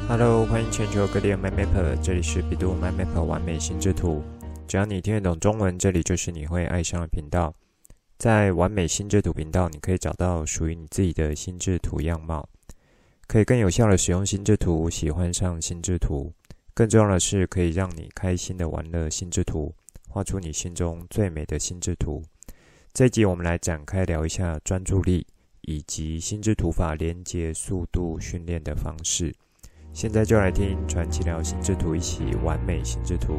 Hello， 欢迎全球各地的 MyMapper， 这里是比度 MyMapper 完美心智图。只要你听得懂中文，这里就是你会爱上的频道。在完美心智图频道，你可以找到属于你自己的心智图样貌，可以更有效的使用心智图，喜欢上心智图。更重要的是，可以让你开心的玩乐心智图，画出你心中最美的心智图。这一集我们来展开聊一下专注力以及心智图法连结速度训练的方式。现在就来听传奇聊心智图，一起完美心智图。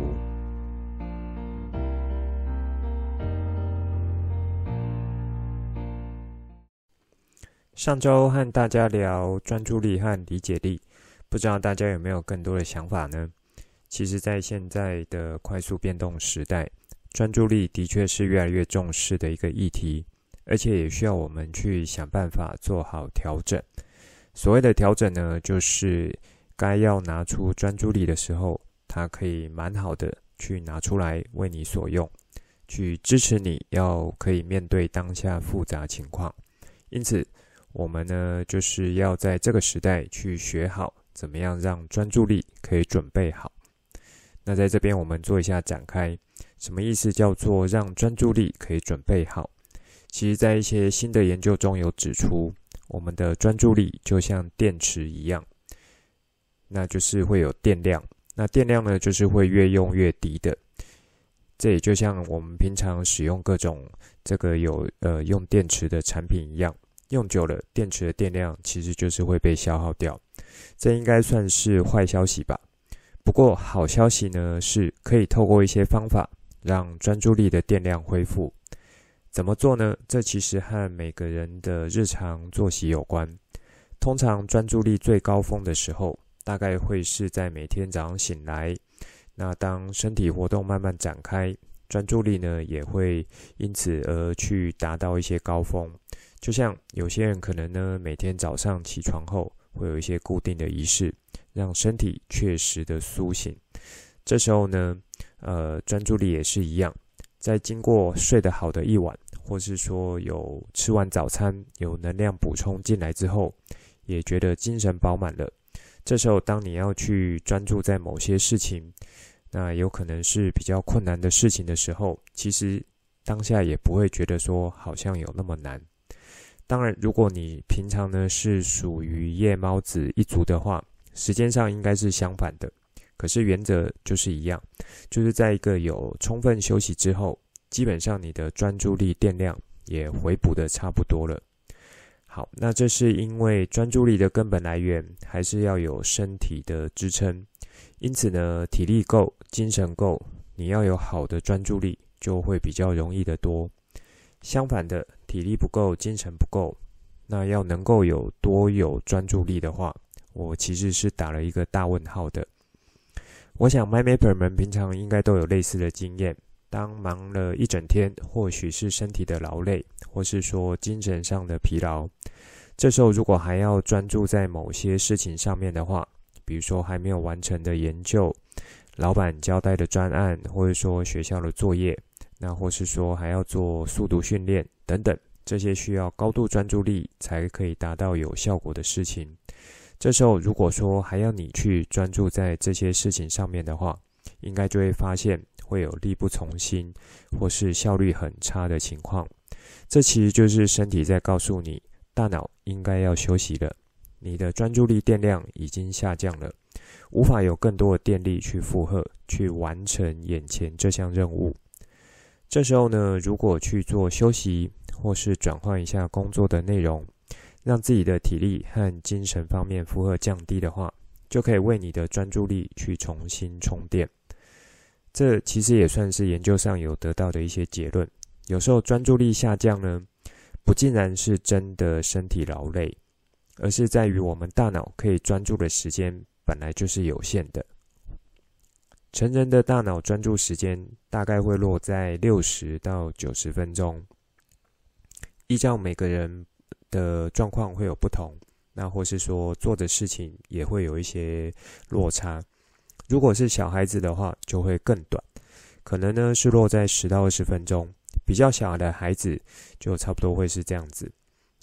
上周和大家聊专注力和理解力，不知道大家有没有更多的想法呢？其实在现在的快速变动时代，专注力的确是越来越重视的一个议题，而且也需要我们去想办法做好调整。所谓的调整呢，就是该要拿出专注力的时候，它可以蛮好的去拿出来为你所用，去支持你要可以面对当下复杂情况。因此我们呢，就是要在这个时代去学好怎么样让专注力可以准备好。那在这边我们做一下展开，什么意思叫做让专注力可以准备好？其实在一些新的研究中有指出，我们的专注力就像电池一样，那就是会有电量，那电量呢就是会越用越低的。这也就像我们平常使用各种这个用电池的产品一样，用久了电池的电量其实就是会被消耗掉，这应该算是坏消息吧。不过好消息呢，是可以透过一些方法让专注力的电量恢复。怎么做呢？这其实和每个人的日常作息有关。通常专注力最高峰的时候，大概会是在每天早上醒来，那当身体活动慢慢展开，专注力呢也会因此而去达到一些高峰。就像有些人可能呢每天早上起床后会有一些固定的仪式，让身体确实的苏醒。这时候呢专注力也是一样，在经过睡得好的一晚，或是说有吃完早餐，有能量补充进来之后，也觉得精神饱满了。这时候当你要去专注在某些事情，那有可能是比较困难的事情的时候，其实当下也不会觉得说好像有那么难。当然如果你平常呢是属于夜猫子一族的话，时间上应该是相反的，可是原则就是一样，就是在一个有充分休息之后，基本上你的专注力电量也回补的差不多了。好，那这是因为专注力的根本来源还是要有身体的支撑，因此呢，体力够，精神够，你要有好的专注力就会比较容易的多。相反的，体力不够，精神不够，那要能够有专注力的话，我其实是打了一个大问号的。我想 MyMapper 们平常应该都有类似的经验，当忙了一整天，或许是身体的劳累，或是说精神上的疲劳，这时候如果还要专注在某些事情上面的话，比如说还没有完成的研究，老板交代的专案，或者说学校的作业，那或是说还要做速读训练等等，这些需要高度专注力才可以达到有效果的事情。这时候如果说还要你去专注在这些事情上面的话，应该就会发现会有力不从心，或是效率很差的情况。这其实就是身体在告诉你，大脑应该要休息了，你的专注力电量已经下降了，无法有更多的电力去负荷，去完成眼前这项任务。这时候呢，如果去做休息，或是转换一下工作的内容，让自己的体力和精神方面负荷降低的话，就可以为你的专注力去重新充电。这其实也算是研究上有得到的一些结论。有时候专注力下降呢，不尽然是真的身体劳累，而是在于我们大脑可以专注的时间本来就是有限的。成人的大脑专注时间大概会落在60到90分钟，依照每个人的状况会有不同，那或是说做的事情也会有一些落差。如果是小孩子的话就会更短，可能呢是落在10到20分钟，比较小的孩子就差不多会是这样子。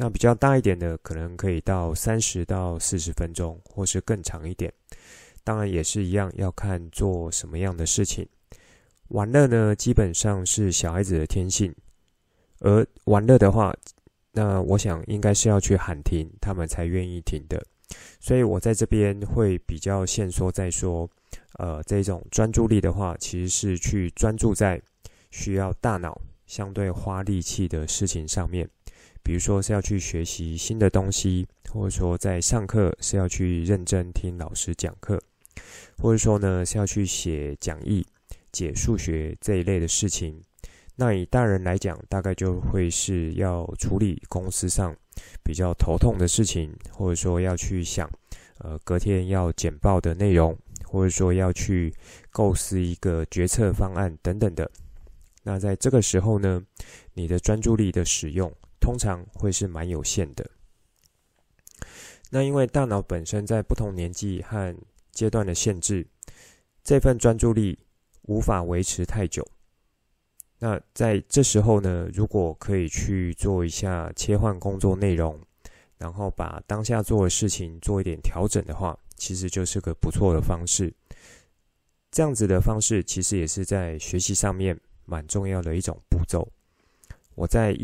那比较大一点的可能可以到30到40分钟，或是更长一点。当然也是一样，要看做什么样的事情。玩乐呢，基本上是小孩子的天性，而玩乐的话，那我想应该是要去喊停，他们才愿意停的。所以我在这边会比较限缩在说，这种专注力的话，其实是去专注在需要大脑相对花力气的事情上面。比如说是要去学习新的东西，或者说在上课是要去认真听老师讲课，或者说呢是要去写讲义、解数学这一类的事情。那以大人来讲，大概就会是要处理公司上比较头痛的事情，或者说要去想隔天要简报的内容，或者说要去构思一个决策方案等等的。那在这个时候呢，你的专注力的使用通常会是蛮有限的。那因为大脑本身在不同年纪和阶段的限制，这份专注力无法维持太久。那在这时候呢，如果可以去做一下切换工作内容，然后把当下做的事情做一点调整的话，其实就是个不错的方式。这样子的方式其实也是在学习上面蛮重要的一种步骤。我在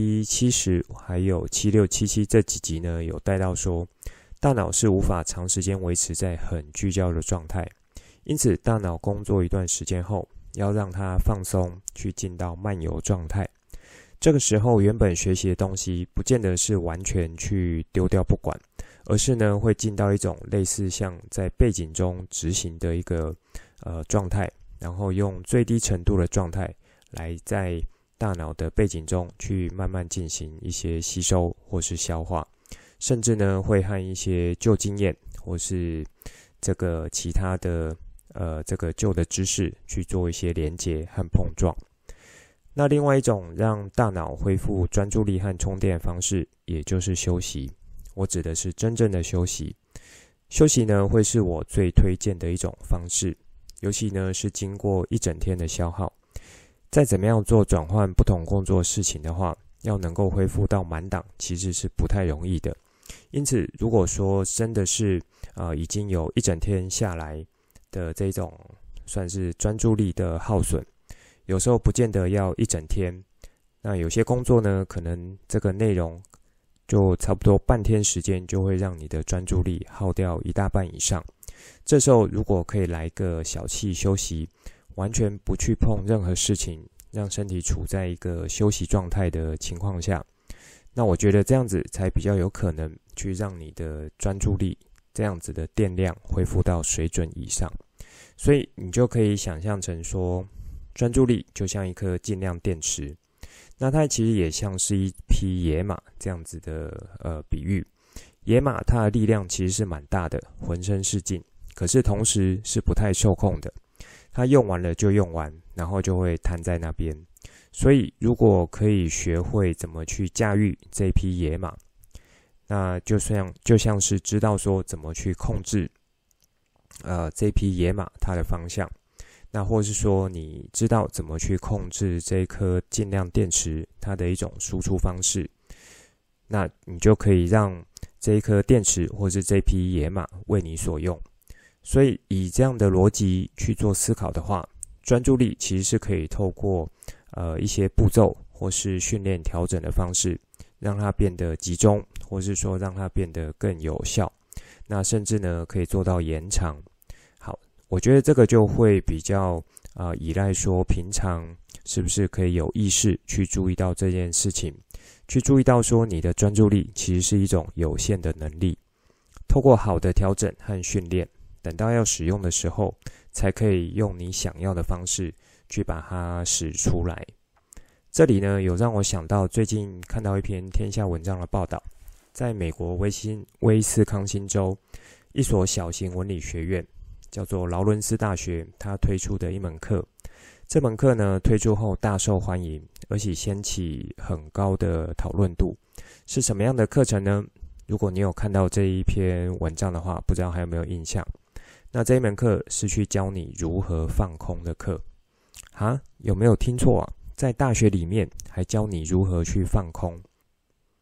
EP70 还有76、77这几集呢，有带到说，大脑是无法长时间维持在很聚焦的状态，因此大脑工作一段时间后，要让它放松，去进到漫游状态。这个时候原本学习的东西不见得是完全去丢掉不管，而是呢会进到一种类似像在背景中执行的一个状态，然后用最低程度的状态来在大脑的背景中去慢慢进行一些吸收或是消化，甚至呢会和一些旧经验或是这个其他的这个旧的知识去做一些连结和碰撞。那另外一种让大脑恢复专注力和充电的方式，也就是休息。我指的是真正的休息。休息呢，会是我最推荐的一种方式，尤其呢是经过一整天的消耗，再怎么样做转换不同工作事情的话，要能够恢复到满档，其实是不太容易的。因此，如果说真的是已经有一整天下来的这种算是专注力的耗损，有时候不见得要一整天。那有些工作呢，可能这个内容就差不多半天时间，就会让你的专注力耗掉一大半以上。这时候如果可以来个小憩休息，完全不去碰任何事情，让身体处在一个休息状态的情况下，那我觉得这样子才比较有可能去让你的专注力这样子的电量恢复到水准以上。所以你就可以想象成说，专注力就像一颗尽量电池，那它其实也像是一匹野马这样子的比喻。野马它的力量其实是蛮大的，浑身是劲，可是同时是不太受控的，它用完了就用完，然后就会瘫在那边。所以如果可以学会怎么去驾驭这匹野马，那就像是知道说怎么去控制这匹野马它的方向，那或是说你知道怎么去控制这颗尽量电池它的一种输出方式，那你就可以让这一颗电池或是这匹野马为你所用。所以以这样的逻辑去做思考的话，专注力其实是可以透过一些步骤或是训练调整的方式，让它变得集中，或是说让它变得更有效。那甚至呢可以做到延长。好，我觉得这个就会比较依赖说平常是不是可以有意识去注意到这件事情，去注意到说你的专注力其实是一种有限的能力，透过好的调整和训练，等到要使用的时候，才可以用你想要的方式去把它使出来。这里呢，有让我想到最近看到一篇天下文章的报道，在美国威斯康星州一所小型文理学院，叫做劳伦斯大学，它推出的一门课。这门课呢推出后大受欢迎，而且掀起很高的讨论度。是什么样的课程呢？如果你有看到这一篇文章的话，不知道还有没有印象？那这一门课是去教你如何放空的课。有没有听错啊？在大学里面还教你如何去放空。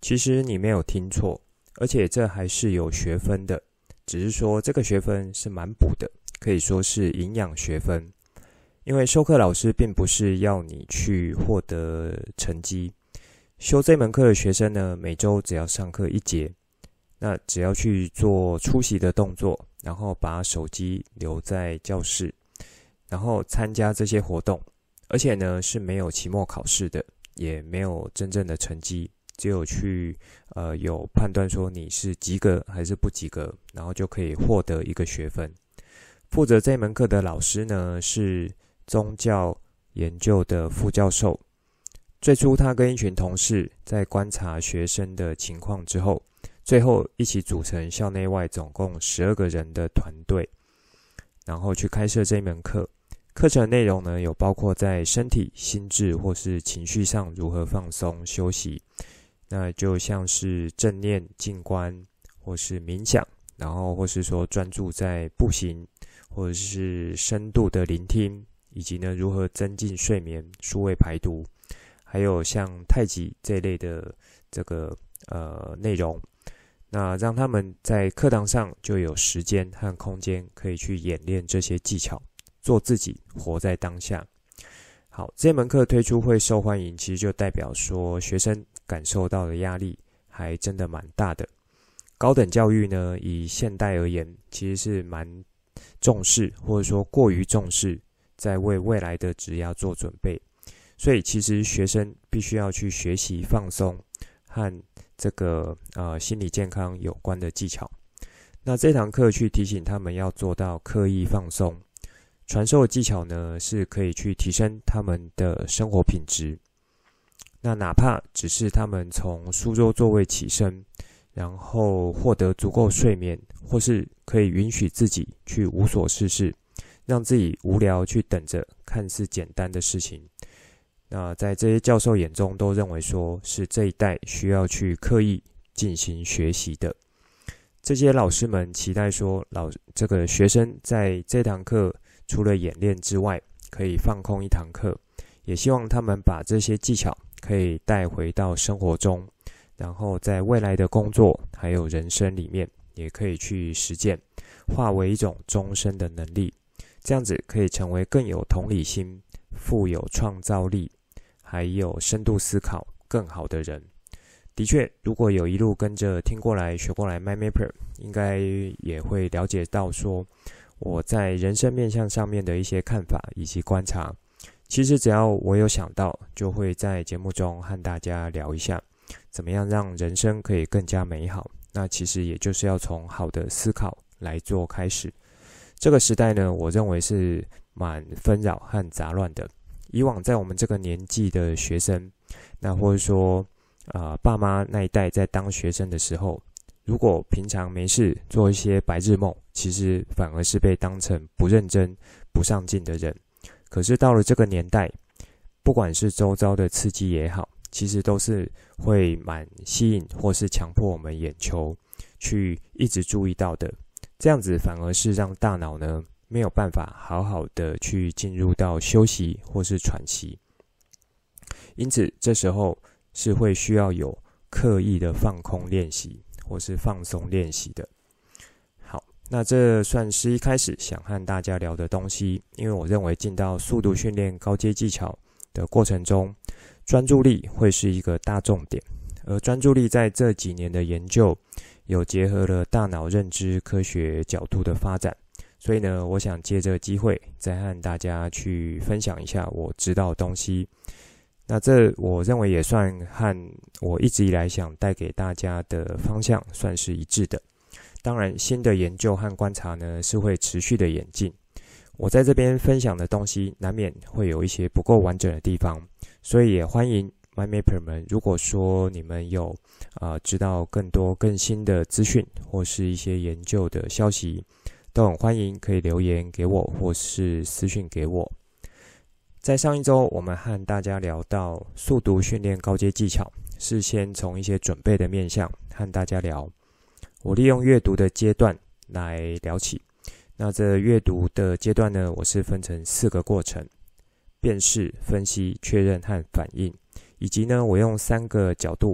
其实你没有听错，而且这还是有学分的，只是说这个学分是蛮补的，可以说是营养学分。因为授课老师并不是要你去获得成绩，修这门课的学生呢，每周只要上课1节，那只要去做出席的动作，然后把手机留在教室，然后参加这些活动，而且呢是没有期末考试的，也没有真正的成绩，只有去有判断说你是及格还是不及格，然后就可以获得一个学分。负责这门课的老师呢是宗教研究的副教授。最初他跟一群同事在观察学生的情况之后，最后一起组成校内外总共12个人的团队，然后去开设这一门课。课程内容呢，有包括在身体、心智或是情绪上如何放松休息，那就像是正念、静观或是冥想，然后或是说专注在步行，或者是深度的聆听，以及呢如何增进睡眠、数位排毒，还有像太极这一类的这个内容。那让他们在课堂上就有时间和空间可以去演练这些技巧，做自己，活在当下。好，这门课推出会受欢迎，其实就代表说学生感受到的压力还真的蛮大的。高等教育呢，以现代而言，其实是蛮重视，或者说过于重视，在为未来的职业做准备。所以其实学生必须要去学习放松和这个心理健康有关的技巧。那这堂课去提醒他们要做到刻意放松，传授的技巧呢是可以去提升他们的生活品质。那哪怕只是他们从书桌座位起身，然后获得足够睡眠，或是可以允许自己去无所事事，让自己无聊去等着看似简单的事情。那在这些教授眼中都认为说是这一代需要去刻意进行学习的。这些老师们期待说这个学生在这堂课除了演练之外，可以放空一堂课，也希望他们把这些技巧可以带回到生活中，然后在未来的工作还有人生里面也可以去实践，化为一种终身的能力。这样子可以成为更有同理心、富有创造力，还有深度思考更好的人。的确，如果有一路跟着听过来学过来 MindMapper， 应该也会了解到说我在人生面向上面的一些看法以及观察。其实只要我有想到，就会在节目中和大家聊一下怎么样让人生可以更加美好。那其实也就是要从好的思考来做开始。这个时代呢，我认为是蛮纷扰和杂乱的。以往在我们这个年纪的学生，那或者说爸妈那一代在当学生的时候，如果平常没事做一些白日梦，其实反而是被当成不认真、不上进的人。可是到了这个年代，不管是周遭的刺激也好，其实都是会蛮吸引或是强迫我们眼球去一直注意到的。这样子反而是让大脑呢没有办法好好的去进入到休息或是喘息。因此这时候是会需要有刻意的放空练习或是放松练习的。好，那这算是一开始想和大家聊的东西，因为我认为进到速读训练高阶技巧的过程中，专注力会是一个大重点。而专注力在这几年的研究有结合了大脑认知科学角度的发展，所以呢，我想借这个机会再和大家去分享一下我知道的东西。那这我认为也算和我一直以来想带给大家的方向算是一致的。当然，新的研究和观察呢是会持续的演进。我在这边分享的东西难免会有一些不够完整的地方，所以也欢迎MindMapper 们，如果说你们有知道更多更新的资讯或是一些研究的消息，都很欢迎可以留言给我或是私讯给我。在上一周我们和大家聊到速读训练高阶技巧，是先从一些准备的面向和大家聊。我利用阅读的阶段来聊起。那这阅读的阶段呢，我是分成4个过程：辨识、分析、确认和反应。以及呢，我用3个角度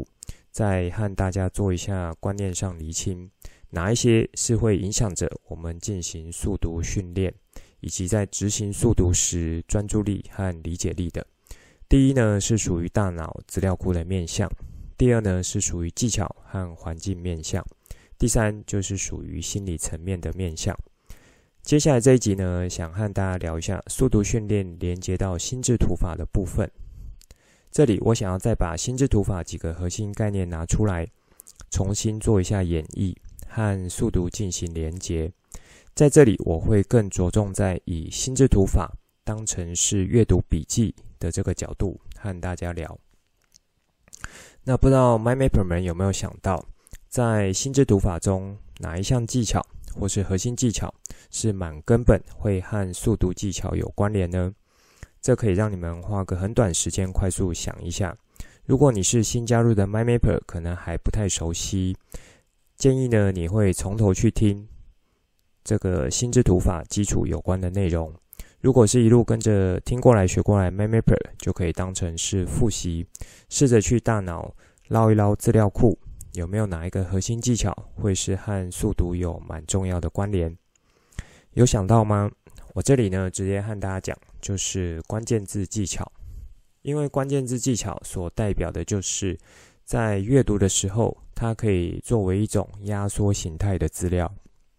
再和大家做一下观念上厘清，哪一些是会影响着我们进行速读训练，以及在执行速读时专注力和理解力的。第一呢，是属于大脑资料库的面向；第二呢，是属于技巧和环境面向；第三就是属于心理层面的面向。接下来这一集呢，想和大家聊一下速读训练连接到心智图法的部分。这里我想要再把心智图法几个核心概念拿出来，重新做一下演绎，和速读进行连结。在这里我会更着重在以心智图法当成是阅读笔记的这个角度和大家聊。那不知道 MyMapper 们有没有想到，在心智图法中哪一项技巧或是核心技巧是蛮根本会和速读技巧有关联呢？这可以让你们花个很短时间快速想一下。如果你是新加入的 MyMapper， 可能还不太熟悉，建议呢你会从头去听这个心智图法基础有关的内容。如果是一路跟着听过来学过来 MyMapper， 就可以当成是复习，试着去大脑捞一捞资料库，有没有哪一个核心技巧会是和速读有蛮重要的关联？有想到吗？我这里呢直接和大家讲，就是关键字技巧。因为关键字技巧所代表的就是在阅读的时候，它可以作为一种压缩形态的资料。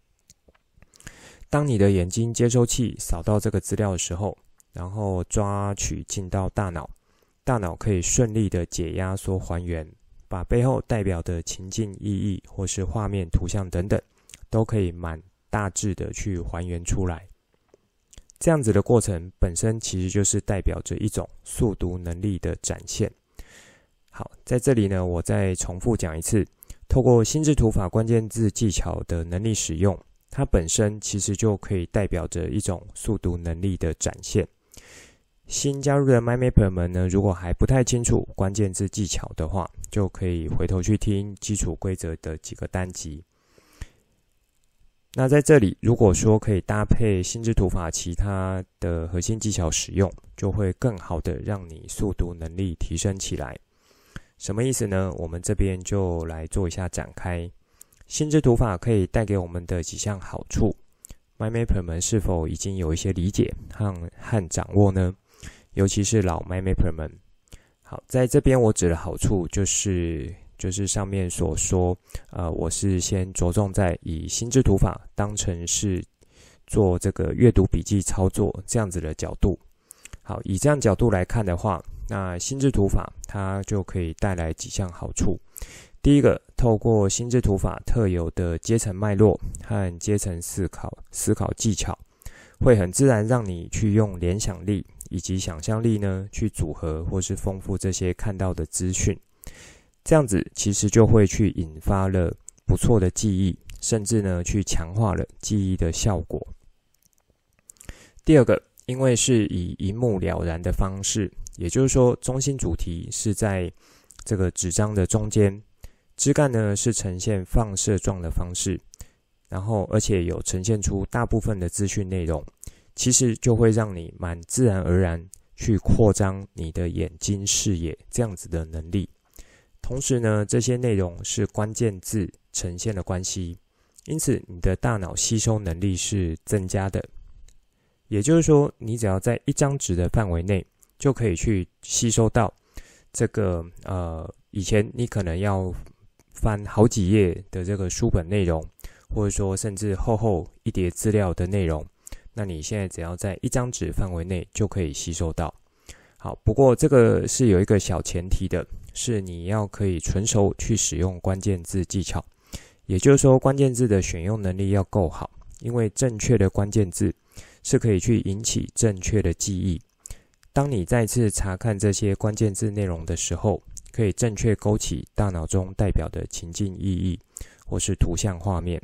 当你的眼睛接收器扫到这个资料的时候，然后抓取进到大脑，大脑可以顺利的解压缩还原，把背后代表的情境意义或是画面图像等等，都可以蛮大致的去还原出来。这样子的过程本身其实就是代表着一种速读能力的展现。好，在这里呢，我再重复讲一次，透过心智图法关键字技巧的能力使用，它本身其实就可以代表着一种速读能力的展现。新加入的 MyMapper 们呢，如果还不太清楚关键字技巧的话，就可以回头去听基础规则的几个单集。那在这里，如果说可以搭配心智图法其他的核心技巧使用，就会更好的让你速读能力提升起来。什么意思呢？我们这边就来做一下展开。心智图法可以带给我们的几项好处 ，MyMapper 们是否已经有一些理解和掌握呢？尤其是老 MyMapper 们。好，在这边我指的好处就是上面所说，我是先着重在以心智图法当成是做这个阅读笔记操作这样子的角度。好，以这样角度来看的话，那心智图法它就可以带来几项好处。第一个，透过心智图法特有的阶层脉络和阶层思考技巧，会很自然让你去用联想力以及想象力呢去组合或是丰富这些看到的资讯。这样子其实就会去引发了不错的记忆，甚至呢去强化了记忆的效果。第二个，因为是以一目了然的方式，也就是说中心主题是在这个纸张的中间，枝干呢是呈现放射状的方式，然后而且有呈现出大部分的资讯内容，其实就会让你蛮自然而然去扩张你的眼睛视野这样子的能力。同时呢，这些内容是关键字呈现的关系，因此你的大脑吸收能力是增加的。也就是说，你只要在一张纸的范围内，就可以去吸收到这个以前你可能要翻好几页的这个书本内容，或者说甚至厚厚一叠资料的内容，那你现在只要在一张纸范围内就可以吸收到。好，不过这个是有一个小前提的，是你要可以纯熟去使用关键字技巧，也就是说关键字的选用能力要够好，因为正确的关键字是可以去引起正确的记忆。当你再次查看这些关键字内容的时候，可以正确勾起大脑中代表的情境意义或是图像画面。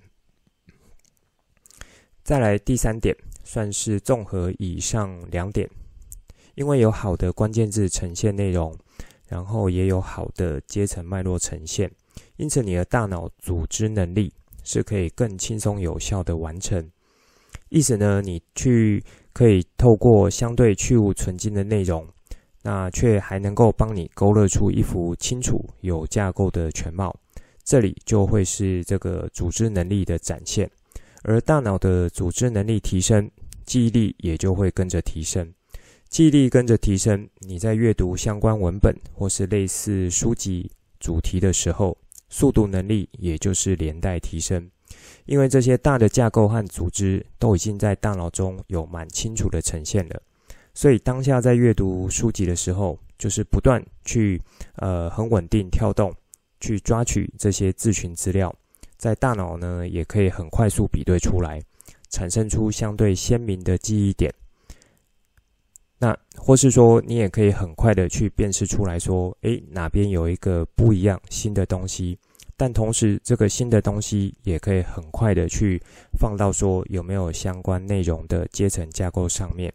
再来第三点，算是综合以上两点，因为有好的关键字呈现内容，然后也有好的阶层脉络呈现，因此你的大脑组织能力是可以更轻松有效的完成。意思呢，你可以透过相对去无存菁的内容， 那却还能够帮你勾勒出一幅清楚有架构的全貌，这里就会是这个组织能力的展现。而大脑的组织能力提升，记忆力也就会跟着提升。记忆力跟着提升，你在阅读相关文本或是类似书籍主题的时候，速读能力也就是连带提升。因为这些大的架构和组织都已经在大脑中有蛮清楚的呈现了，所以当下在阅读书籍的时候，就是不断去很稳定跳动，去抓取这些字群资料，在大脑呢也可以很快速比对出来，产生出相对鲜明的记忆点。那或是说你也可以很快的去辨识出来说，哪边有一个不一样新的东西，但同时这个新的东西也可以很快的去放到说有没有相关内容的阶层架构上面。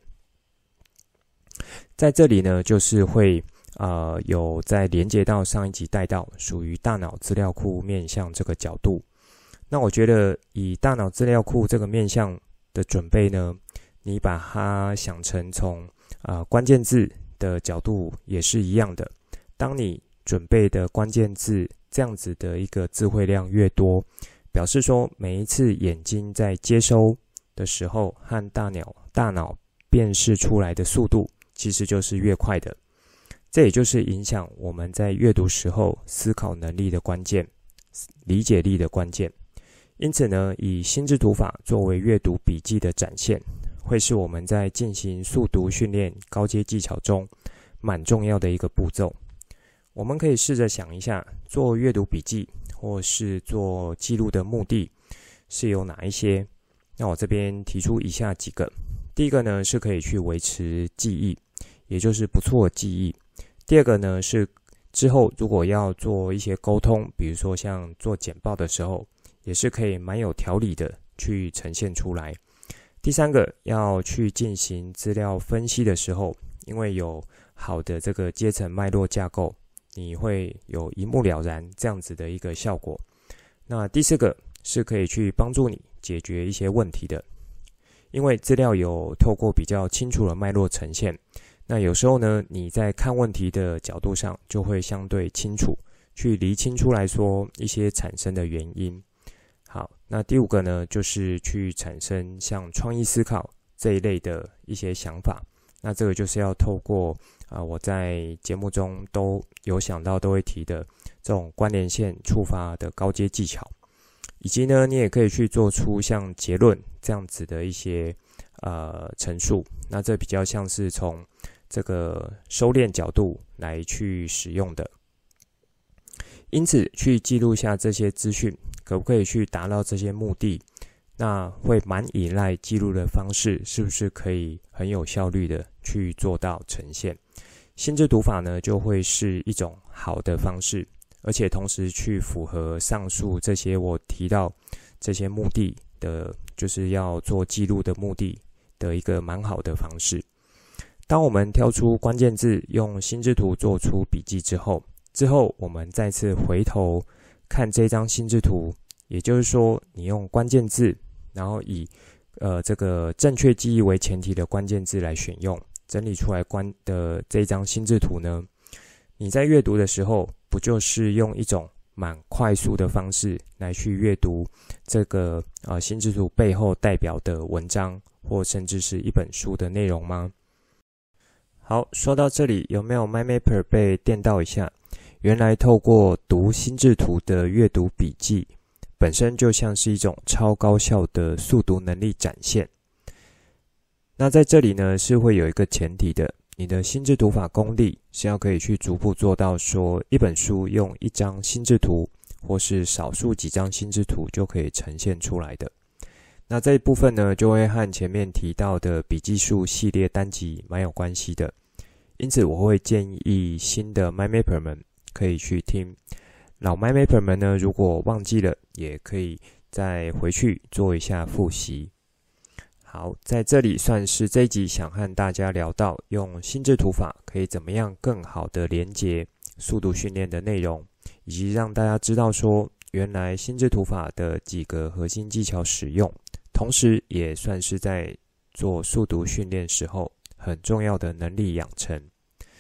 在这里呢，就是会有在连接到上一集带到属于大脑资料库面向这个角度。那我觉得以大脑资料库这个面向的准备呢，你把它想成从关键字的角度也是一样的。当你准备的关键字这样子的一个字汇量越多，表示说每一次眼睛在接收的时候和大脑辨识出来的速度其实就是越快的。这也就是影响我们在阅读时候思考能力的关键，理解力的关键。因此呢，以心智图法作为阅读笔记的展现，会是我们在进行速读训练高阶技巧中蛮重要的一个步骤。我们可以试着想一下，做阅读笔记或是做记录的目的是有哪一些。那我这边提出以下几个。第一个呢，是可以去维持记忆，也就是不错的记忆。第二个呢，是之后如果要做一些沟通，比如说像做简报的时候，也是可以蛮有条理的去呈现出来。第三个，要去进行资料分析的时候，因为有好的这个阶层脉络架构，你会有一目了然这样子的一个效果。那第四个是可以去帮助你解决一些问题的，因为资料有透过比较清楚的脉络呈现，那有时候呢，你在看问题的角度上就会相对清楚，去厘清出来说一些产生的原因。好，那第五个呢，就是去产生像创意思考这一类的一些想法。那这个就是要透过我在节目中都有想到都会提的这种关联线触发的高阶技巧，以及呢，你也可以去做出像结论这样子的一些陈述。那这比较像是从这个收敛角度来去使用的。因此，去记录下这些资讯，可不可以去达到这些目的？那会蛮依赖记录的方式，是不是可以很有效率的去做到呈现？心智图法呢，就会是一种好的方式，而且同时去符合上述这些我提到这些目的的，就是要做记录的目的的一个蛮好的方式。当我们挑出关键字，用心智图做出笔记之后我们再次回头看这张心智图，也就是说你用关键字，然后以这个正确记忆为前提的关键字来选用，整理出来的这张心智图呢，你在阅读的时候不就是用一种蛮快速的方式来去阅读这个心智图背后代表的文章或甚至是一本书的内容吗？好，说到这里，有没有 MyMapper 被电到一下？原来透过读心智图的阅读笔记，本身就像是一种超高效的速读能力展现。那在这里呢，是会有一个前提的，你的心智图法功力是要可以去逐步做到说，一本书用一张心智图，或是少数几张心智图就可以呈现出来的。那这一部分呢，就会和前面提到的笔记术系列单集蛮有关系的。因此我会建议新的 MyMapper 们可以去听，老 MyMapper 们呢，如果忘记了，也可以再回去做一下复习。好，在这里算是这一集想和大家聊到用心智图法可以怎么样更好的连接速读训练的内容，以及让大家知道说原来心智图法的几个核心技巧使用，同时也算是在做速读训练时候很重要的能力养成。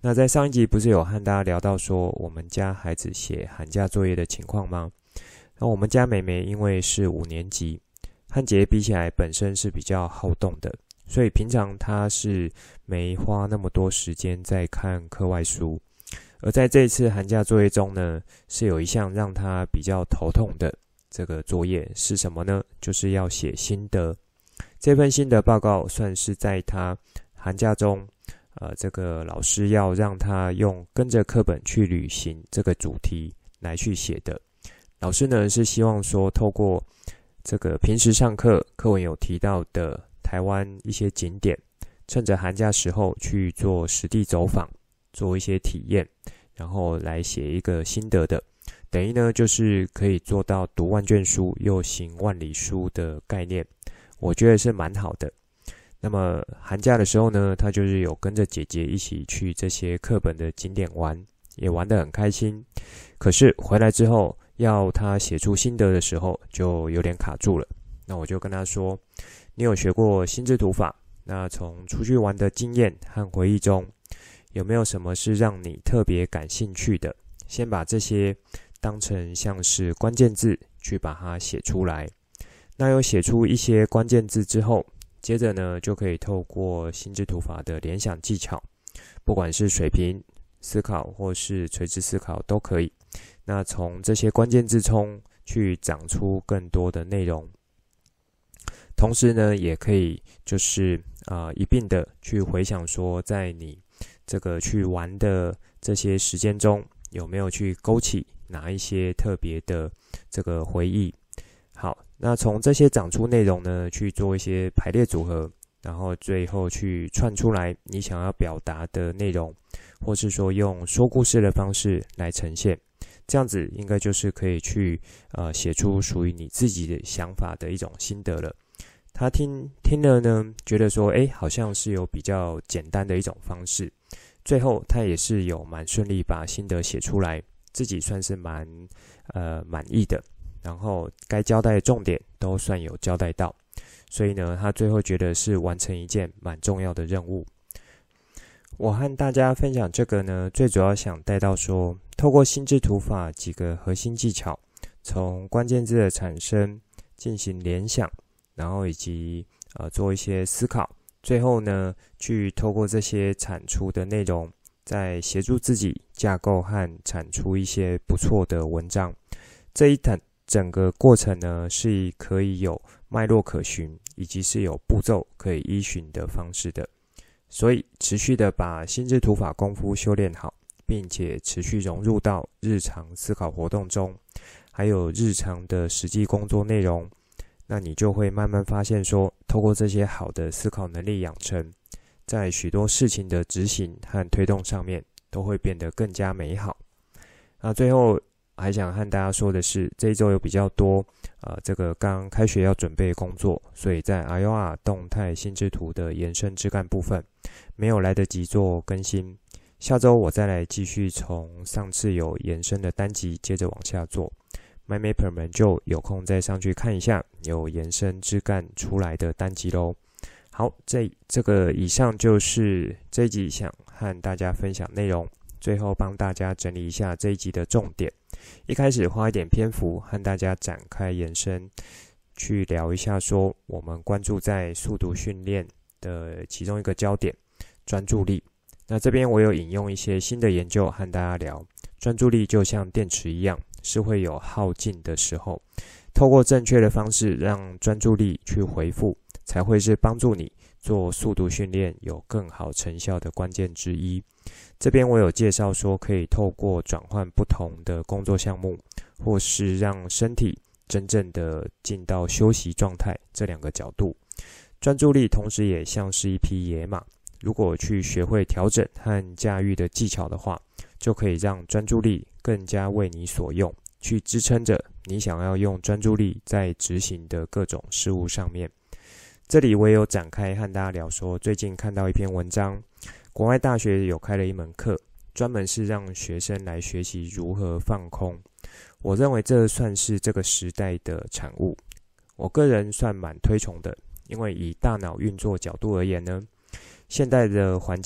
那在上一集不是有和大家聊到说我们家孩子写寒假作业的情况吗？那我们家妹妹因为是5年级，和姐姐比起来本身是比较好动的，所以平常她是没花那么多时间在看课外书。而在这一次寒假作业中呢，是有一项让她比较头痛的这个作业是什么呢？就是要写心得。这份心得报告算是在她寒假中这个老师要让她用跟着课本去旅行这个主题来去写的。老师呢是希望说透过这个平时上课课文有提到的台湾一些景点，趁着寒假时候去做实地走访，做一些体验，然后来写一个心得的，等于呢就是可以做到读万卷书又行万里书的概念，我觉得是蛮好的。那么寒假的时候呢，他就是有跟着姐姐一起去这些课本的景点玩，也玩得很开心。可是回来之后要他写出心得的时候就有点卡住了。那我就跟他说，你有学过心智图法，那从出去玩的经验和回忆中，有没有什么是让你特别感兴趣的？先把这些当成像是关键字去把它写出来。那有写出一些关键字之后，接着呢就可以透过心智图法的联想技巧，不管是水平思考或是垂直思考都可以。那从这些关键字中去长出更多的内容，同时呢也可以就是一并的去回想说，在你这个去玩的这些时间中，有没有去勾起哪一些特别的这个回忆。好，那从这些长出内容呢去做一些排列组合，然后最后去串出来你想要表达的内容，或是说用说故事的方式来呈现，这样子应该就是可以去写出属于你自己的想法的一种心得了。他听了呢，觉得说好像是有比较简单的一种方式，最后他也是有蛮顺利把心得写出来，自己算是蛮满意的，然后该交代的重点都算有交代到，所以呢他最后觉得是完成一件蛮重要的任务。我和大家分享这个呢，最主要想带到说，透过心智图法几个核心技巧，从关键字的产生进行联想，然后以及做一些思考，最后呢去透过这些产出的内容，再协助自己架构和产出一些不错的文章。这一整个过程呢是可以有脉络可循，以及是有步骤可以依循的方式的。所以持续的把心智图法功夫修炼好，并且持续融入到日常思考活动中，还有日常的实际工作内容，那你就会慢慢发现说，透过这些好的思考能力养成，在许多事情的执行和推动上面都会变得更加美好。那最后还想和大家说的是，这一周有比较多这个刚开学要准备工作，所以在 IOR 动态心智图的延伸枝干部分没有来得及做更新，下周我再来继续从上次有延伸的单集接着往下做， MyMapper 们就有空再上去看一下有延伸枝干出来的单集咯。好，这个以上就是这一集想和大家分享内容，最后帮大家整理一下这一集的重点。一开始花一点篇幅和大家展开延伸，去聊一下说我们关注在速读训练的其中一个焦点，专注力。那这边我有引用一些新的研究和大家聊，专注力就像电池一样，是会有耗尽的时候，透过正确的方式让专注力去回复，才会是帮助你做速读训练有更好成效的关键之一。这边我有介绍说，可以透过转换不同的工作项目，或是让身体真正的进到休息状态这两个角度。专注力同时也像是一匹野马，如果去学会调整和驾驭的技巧的话，就可以让专注力更加为你所用，去支撑着你想要用专注力在执行的各种事物上面。这里我也有展开和大家聊说，最近看到一篇文章，国外大学有开了一门课，专门是让学生来学习如何放空。我认为这算是这个时代的产物，我个人算蛮推崇的，因为以大脑运作角度而言呢，现代的环境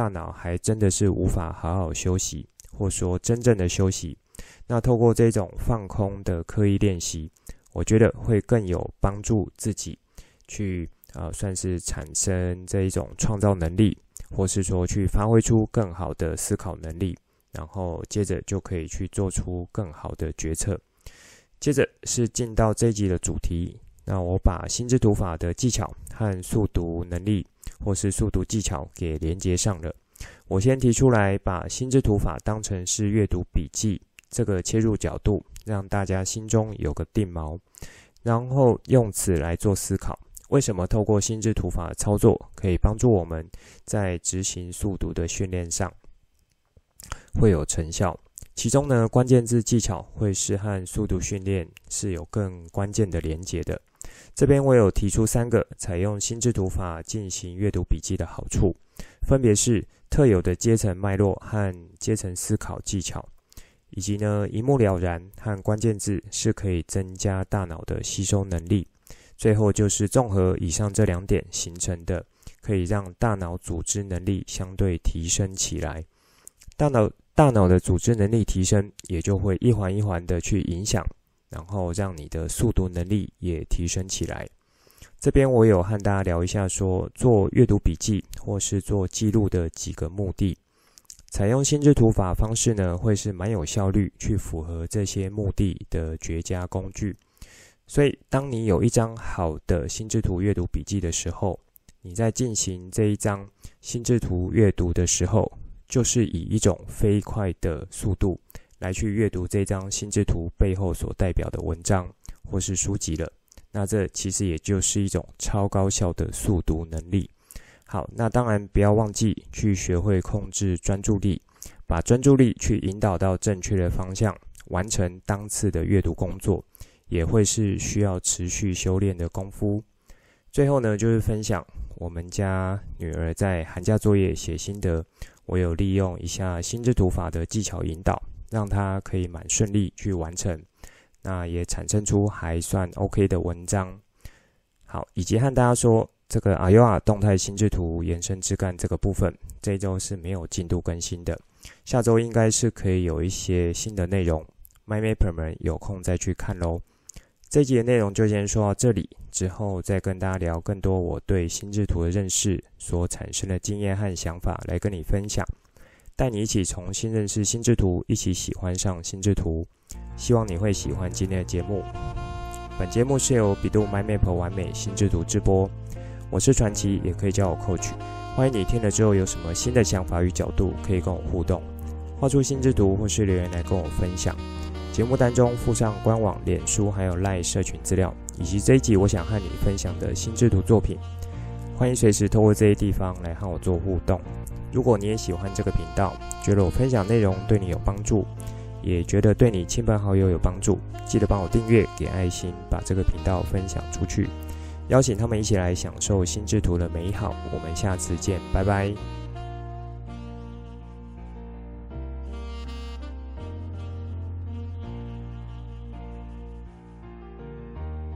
大脑还真的是无法好好休息，或说真正的休息。那透过这种放空的刻意练习，我觉得会更有帮助自己去算是产生这一种创造能力，或是说去发挥出更好的思考能力，然后接着就可以去做出更好的决策。接着是进到这一集的主题，那我把心智图法的技巧和速读能力或是速读技巧给连接上了。我先提出来把心智图法当成是阅读笔记这个切入角度，让大家心中有个定锚，然后用此来做思考，为什么透过心智图法的操作可以帮助我们在执行速读的训练上会有成效。其中呢，关键字技巧会是和速读训练是有更关键的连结的。这边我有提出3个采用心智图法进行阅读笔记的好处，分别是特有的阶层脉络和阶层思考技巧，以及呢一目了然和关键字是可以增加大脑的吸收能力。最后就是综合以上这2点形成的，可以让大脑组织能力相对提升起来。大脑的组织能力提升，也就会一环一环的去影响，然后让你的速读能力也提升起来。这边我有和大家聊一下说，做阅读笔记或是做记录的几个目的。采用心智图法方式呢，会是蛮有效率去符合这些目的的绝佳工具。所以当你有一张好的心智图阅读笔记的时候，你在进行这一张心智图阅读的时候，就是以一种飞快的速度来去阅读这张心智图背后所代表的文章或是书籍了。那这其实也就是一种超高效的速读能力。好，那当然不要忘记去学会控制专注力，把专注力去引导到正确的方向，完成当次的阅读工作，也会是需要持续修炼的功夫。最后呢，就是分享我们家女儿在寒假作业写心得，我有利用一下心智图法的技巧引导，让她可以蛮顺利去完成，那也产生出还算 OK 的文章。好，以及和大家说，这个 AYOA 动态心智图延伸枝干这个部分，这一周是没有进度更新的，下周应该是可以有一些新的内容， MyMapper 们有空再去看咯。这一集的内容就先说到这里，之后再跟大家聊更多我对心智图的认识所产生的经验和想法来跟你分享，带你一起重新认识心智图，一起喜欢上心智图。希望你会喜欢今天的节目。本节目是由比度 MyMap 完美心智图直播，我是传奇，也可以叫我 Coach。欢迎你听了之后有什么新的想法与角度，可以跟我互动，画出心智图或是留言来跟我分享。节目单中附上官网、脸书还有 LINE 社群资料，以及这一集我想和你分享的心智图作品。欢迎随时透过这些地方来和我做互动。如果你也喜欢这个频道，觉得我分享内容对你有帮助，也觉得对你亲朋好友有帮助，记得帮我订阅、给爱心，把这个频道分享出去，邀请他们一起来享受心智图的美好。我们下次见，拜拜。